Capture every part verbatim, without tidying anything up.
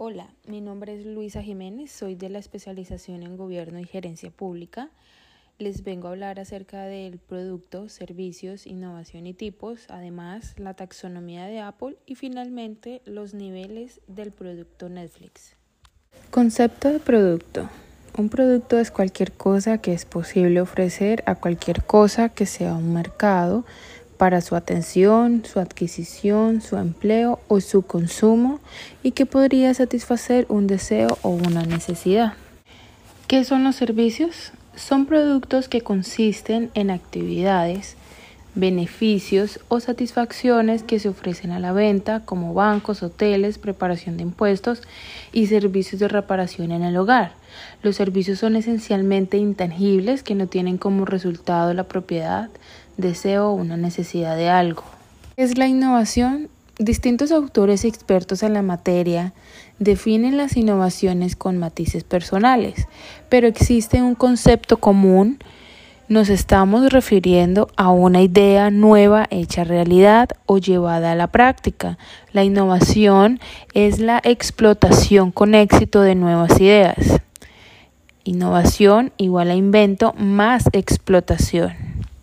Hola, mi nombre es Luisa Jiménez, soy de la especialización en Gobierno y Gerencia Pública. Les vengo a hablar acerca del producto, servicios, innovación y tipos, además la taxonomía de Apple y finalmente los niveles del producto Netflix. Concepto de producto. Un producto es cualquier cosa que es posible ofrecer a cualquier cosa que sea un mercado para su atención, su adquisición, su empleo o su consumo y que podría satisfacer un deseo o una necesidad. ¿Qué son los servicios? Son productos que consisten en actividades, beneficios o satisfacciones que se ofrecen a la venta como bancos, hoteles, preparación de impuestos y servicios de reparación en el hogar. Los servicios son esencialmente intangibles que no tienen como resultado la propiedad, deseo o una necesidad de algo. ¿Qué es la innovación? Distintos autores y expertos en la materia definen las innovaciones con matices personales, pero existe un concepto común. Nos estamos refiriendo a una idea nueva hecha realidad o llevada a la práctica. La innovación es la explotación con éxito de nuevas ideas. Innovación igual a invento más explotación.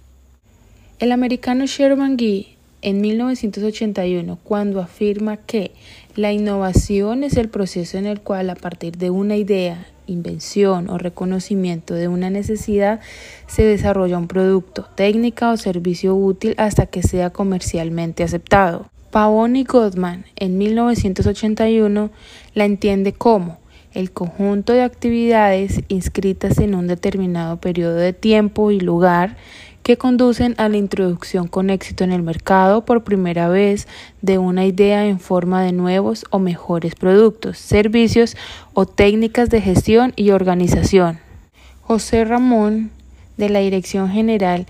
El americano Sherman Gee, en mil novecientos ochenta y uno, cuando afirma que la innovación es el proceso en el cual a partir de una idea, invención o reconocimiento de una necesidad se desarrolla un producto, técnica o servicio útil hasta que sea comercialmente aceptado. Pavone y Goldman, en mil novecientos ochenta y uno, la entiende como el conjunto de actividades inscritas en un determinado periodo de tiempo y lugar que conducen a la introducción con éxito en el mercado por primera vez de una idea en forma de nuevos o mejores productos, servicios o técnicas de gestión y organización. José Ramón, de la Dirección General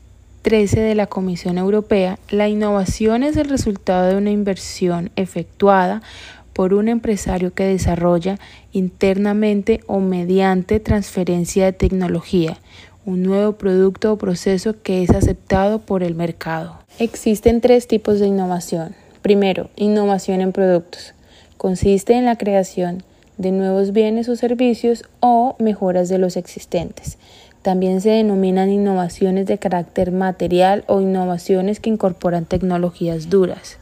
trece de la Comisión Europea, la innovación es el resultado de una inversión efectuada por un empresario que desarrolla internamente o mediante transferencia de tecnología un nuevo producto o proceso que es aceptado por el mercado. Existen tres tipos de innovación. Primero, innovación en productos. Consiste en la creación de nuevos bienes o servicios o mejoras de los existentes. También se denominan innovaciones de carácter material o innovaciones que incorporan tecnologías duras.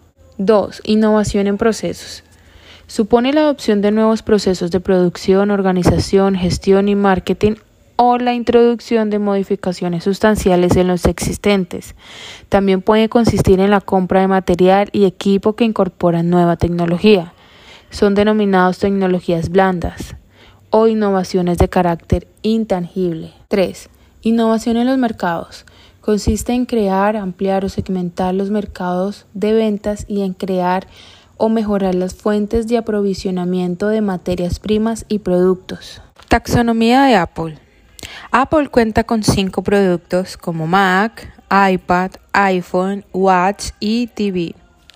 Dos. Innovación en procesos. Supone la adopción de nuevos procesos de producción, organización, gestión y marketing o la introducción de modificaciones sustanciales en los existentes. También puede consistir en la compra de material y equipo que incorporan nueva tecnología. Son denominados tecnologías blandas o innovaciones de carácter intangible. tres. Innovación en los mercados. Consiste en crear, ampliar o segmentar los mercados de ventas y en crear o mejorar las fuentes de aprovisionamiento de materias primas y productos. Taxonomía de Apple. Apple cuenta con cinco productos como Mac, iPad, iPhone, Watch y T V.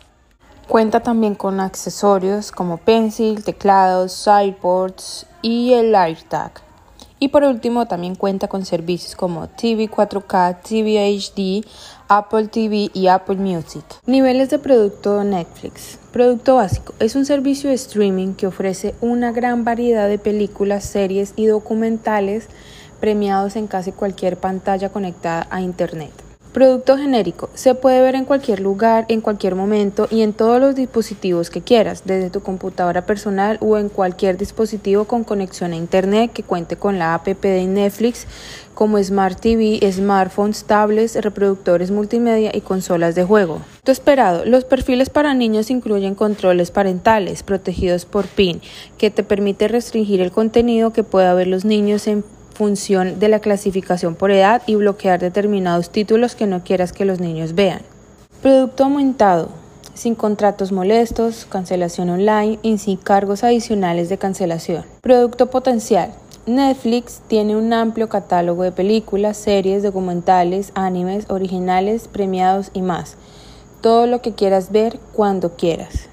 Cuenta también con accesorios como Pencil, teclados, sideports y el AirTag. Y por último también cuenta con servicios como T V cuatro K, T V H D, Apple T V y Apple Music. Niveles de producto Netflix. Producto básico. Es un servicio de streaming que ofrece una gran variedad de películas, series y documentales premiados en casi cualquier pantalla conectada a Internet. Producto genérico. Se puede ver en cualquier lugar, en cualquier momento y en todos los dispositivos que quieras, desde tu computadora personal o en cualquier dispositivo con conexión a Internet que cuente con la app de Netflix, como Smart T V, smartphones, tablets, reproductores multimedia y consolas de juego. Lo esperado. Los perfiles para niños incluyen controles parentales protegidos por PIN, que te permite restringir el contenido que pueda ver los niños en función de la clasificación por edad y bloquear determinados títulos que no quieras que los niños vean. Producto aumentado, sin contratos molestos, cancelación online y sin cargos adicionales de cancelación. Producto potencial. Netflix tiene un amplio catálogo de películas, series, documentales, animes, originales, premiados y más. Todo lo que quieras ver cuando quieras.